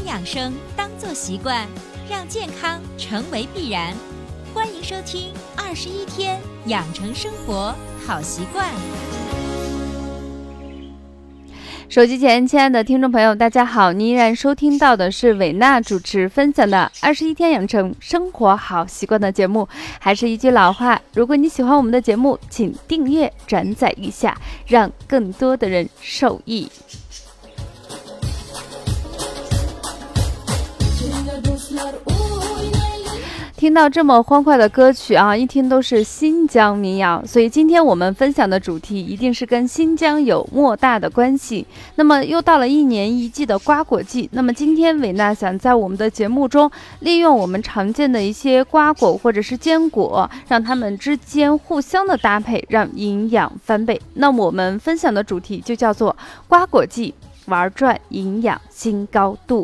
养生当作习惯，让健康成为必然。欢迎收听21天养成生活好习惯。 手机前亲爱的听众朋友大家好，你依然收听到的是伟娜主持分享的21天养成生活好习惯的节目。还是一句老话，如果你喜欢我们的节目，请订阅转载一下，让更多的人受益。听到这么欢快的歌曲啊，一听都是新疆民谣，所以今天我们分享的主题一定是跟新疆有莫大的关系。那么又到了一年一季的瓜果季，那么今天伟娜想在我们的节目中利用我们常见的一些瓜果或者是坚果，让它们之间互相的搭配，让营养翻倍。那么我们分享的主题就叫做瓜果季，玩转营养新高度。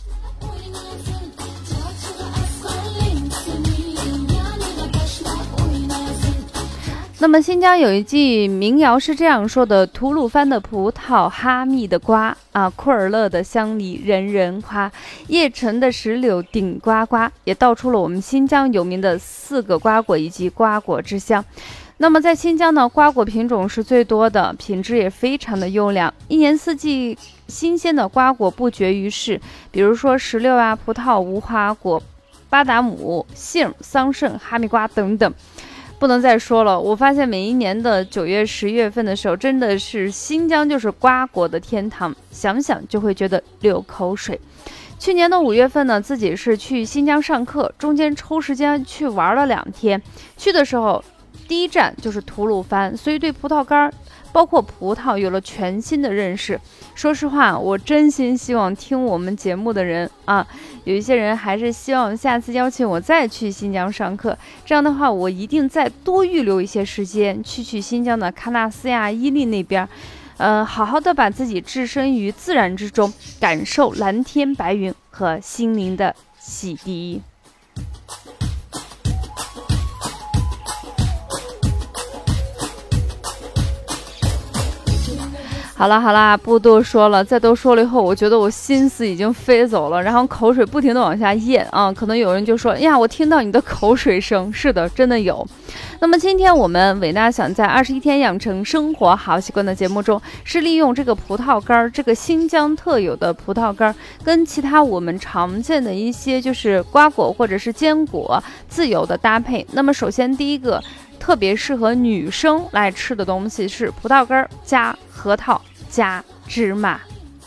那么新疆有一句民谣是这样说的：吐鲁番的葡萄，哈密的瓜啊，库尔勒的香梨人人夸，叶城的石榴顶呱呱，也道出了我们新疆有名的4个瓜果以及瓜果之乡。那么在新疆呢，瓜果品种是最多的，品质也非常的优良，一年四季新鲜的瓜果不绝于世，比如说石榴啊、葡萄、无花果、巴达姆、杏、桑葚、哈密瓜等等。不能再说了，我发现每一年的9月、10月份的时候，真的是新疆就是瓜果的天堂，想想就会觉得流口水。去年的5月份呢，自己是去新疆上课，中间抽时间去玩了2天。去的时候，第一站就是吐鲁番，所以对葡萄干包括葡萄有了全新的认识。说实话，我真心希望听我们节目的人啊，有一些人还是希望下次邀请我再去新疆上课，这样的话我一定再多预留一些时间去新疆的喀纳斯呀、伊犁那边，好好的把自己置身于自然之中，感受蓝天白云和心灵的洗涤。好啦，不多说了，再多说了以后，我觉得我心思已经飞走了，然后口水不停的往下咽啊。可能有人就说，哎呀，我听到你的口水声。是的，真的有。那么今天我们伟娜想在21天养成生活好习惯的节目中，是利用这个葡萄干，这个新疆特有的葡萄干，跟其他我们常见的一些就是瓜果或者是坚果自由的搭配。那么首先第一个特别适合女生来吃的东西是葡萄干加核桃加芝麻。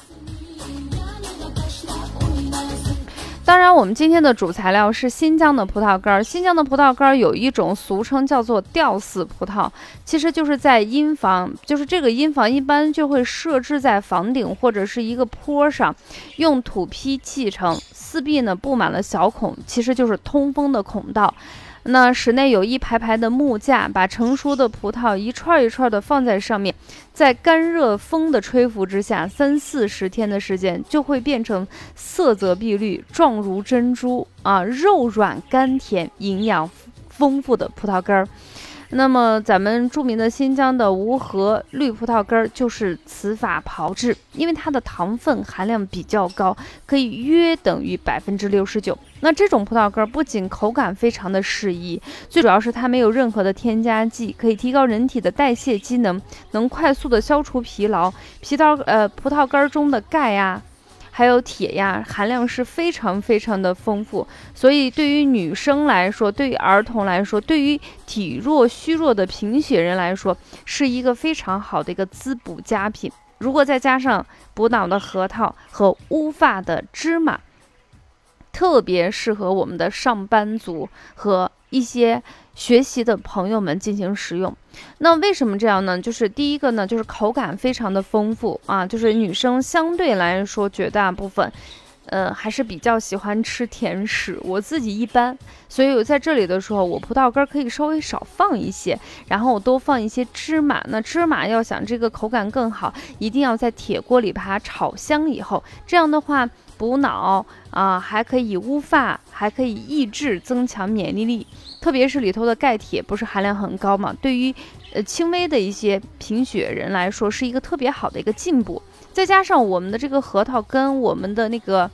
当然我们今天的主材料是新疆的葡萄干。新疆的葡萄干有一种俗称叫做吊死葡萄，其实就是在阴房，就是这个阴房一般就会设置在房顶或者是一个坡上，用土坯砌成，四壁呢布满了小孔，其实就是通风的孔道。那室内有一排排的木架，把成熟的葡萄一串一串的放在上面，在干热风的吹拂之下，30-40天的时间就会变成色泽碧绿、状如珍珠啊，肉软甘甜、营养丰富的葡萄干儿。那么咱们著名的新疆的无核绿葡萄干就是此法炮制，因为它的糖分含量比较高，可以约等于69%。那这种葡萄干不仅口感非常的适宜，最主要是它没有任何的添加剂，可以提高人体的代谢机能，能快速的消除疲劳。葡萄干中的钙呀，还有铁呀，含量是非常非常的丰富，所以对于女生来说，对于儿童来说，对于体弱虚弱的贫血人来说，是一个非常好的一个滋补佳品。如果再加上补脑的核桃和乌发的芝麻，特别适合我们的上班族和一些学习的朋友们进行食用。那为什么这样呢？就是第一个呢，就是口感非常的丰富啊，就是女生相对来说绝大部分还是比较喜欢吃甜食，我自己一般，所以我在这里的时候，我葡萄干可以稍微少放一些，然后我多放一些芝麻。那芝麻要想这个口感更好，一定要在铁锅里把它炒香以后，这样的话补脑啊，还可以乌发，还可以抑制增强免疫力，特别是里头的钙铁不是含量很高嘛，对于轻微的一些贫血人来说是一个特别好的一个进步。再加上我们的这个核桃跟我们的那个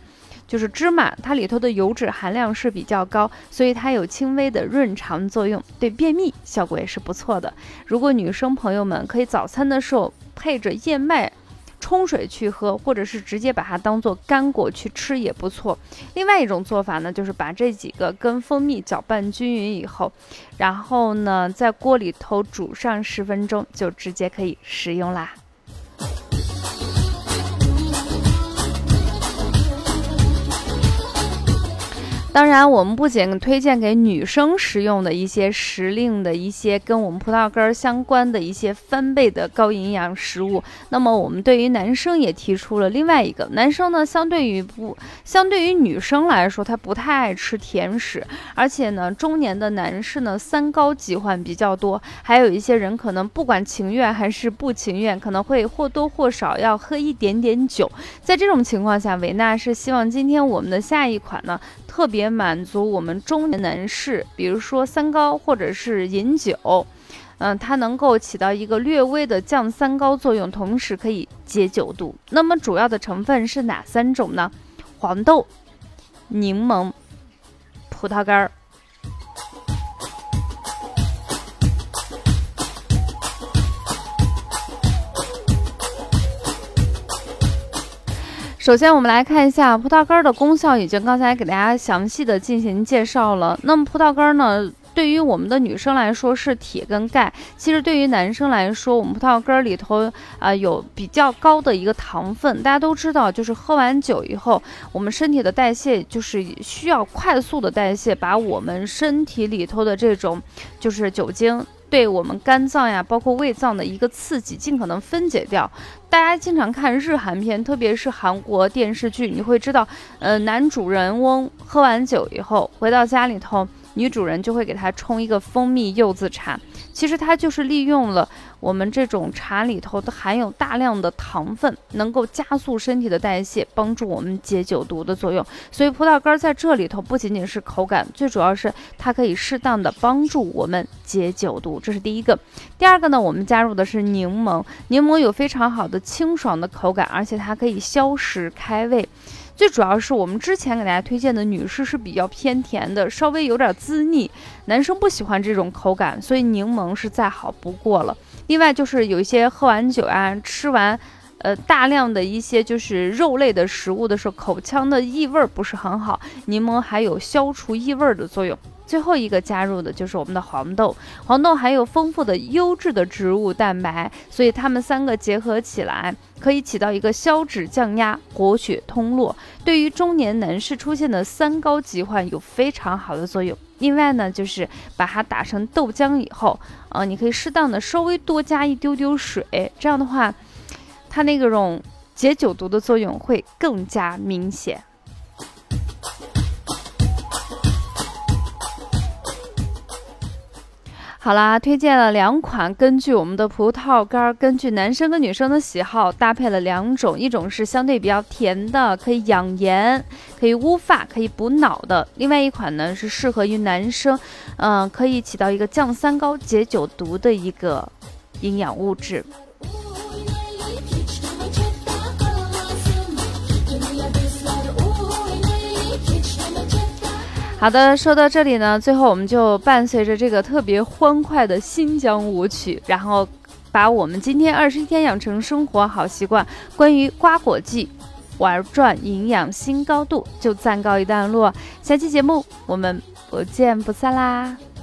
就是芝麻，它里头的油脂含量是比较高，所以它有轻微的润肠作用，对便秘效果也是不错的。如果女生朋友们可以早餐的时候配着燕麦冲水去喝，或者是直接把它当做干果去吃也不错。另外一种做法呢，就是把这几个跟蜂蜜搅拌均匀以后，然后呢在锅里头煮上10分钟，就直接可以食用啦。当然，我们不仅推荐给女生食用的一些时令的一些跟我们葡萄干相关的一些翻倍的高营养食物，那么我们对于男生也提出了另外一个。男生呢，相对于女生来说，他不太爱吃甜食，而且呢，中年的男士呢，3高疾患比较多，还有一些人可能不管情愿还是不情愿，可能会或多或少要喝一点点酒。在这种情况下，维娜是希望今天我们的下一款呢，特别满足我们中年男士，比如说3高或者是饮酒，它能够起到一个略微的降3高作用，同时可以解酒毒。那么主要的成分是哪3种呢？黄豆、柠檬、葡萄干。首先我们来看一下葡萄干的功效，已经刚才给大家详细的进行介绍了。那么葡萄干呢，对于我们的女生来说是铁跟钙，其实对于男生来说，我们葡萄干里头有比较高的一个糖分。大家都知道，就是喝完酒以后，我们身体的代谢就是需要快速的代谢，把我们身体里头的这种就是酒精对我们肝脏呀，包括胃脏的一个刺激，尽可能分解掉。大家经常看日韩片，特别是韩国电视剧，你会知道，男主人翁喝完酒以后回到家里头，女主人就会给他冲一个蜂蜜柚子茶。其实它就是利用了我们这种茶里头的含有大量的糖分，能够加速身体的代谢，帮助我们解酒毒的作用。所以葡萄干在这里头不仅仅是口感，最主要是它可以适当的帮助我们解酒毒，这是第一个。第二个呢，我们加入的是柠檬，柠檬有非常好的清爽的口感，而且它可以消食开胃。最主要是我们之前给大家推荐的女士是比较偏甜的，稍微有点滋腻，男生不喜欢这种口感，所以柠檬是再好不过了。另外就是有一些喝完酒啊，吃完大量的一些就是肉类的食物的时候，口腔的异味不是很好，柠檬还有消除异味的作用。最后一个加入的就是我们的黄豆，黄豆含有丰富的优质的植物蛋白，所以它们3个结合起来，可以起到一个消脂降压、活血通络，对于中年男士出现的3高疾患有非常好的作用。另外呢，就是把它打成豆浆以后，你可以适当的稍微多加一丢丢水，这样的话，它那种解酒毒的作用会更加明显。好啦，推荐了2款，根据我们的葡萄干，根据男生跟女生的喜好搭配了2种，一种是相对比较甜的，可以养颜，可以乌发，可以补脑的；另外一款呢是适合于男生，可以起到一个降3高、解酒毒的一个营养物质。好的，说到这里呢，最后我们就伴随着这个特别欢快的新疆舞曲，然后把我们今天21天养成生活好习惯关于瓜果季玩转营养新高度就暂告一段落。下期节目我们不见不散啦。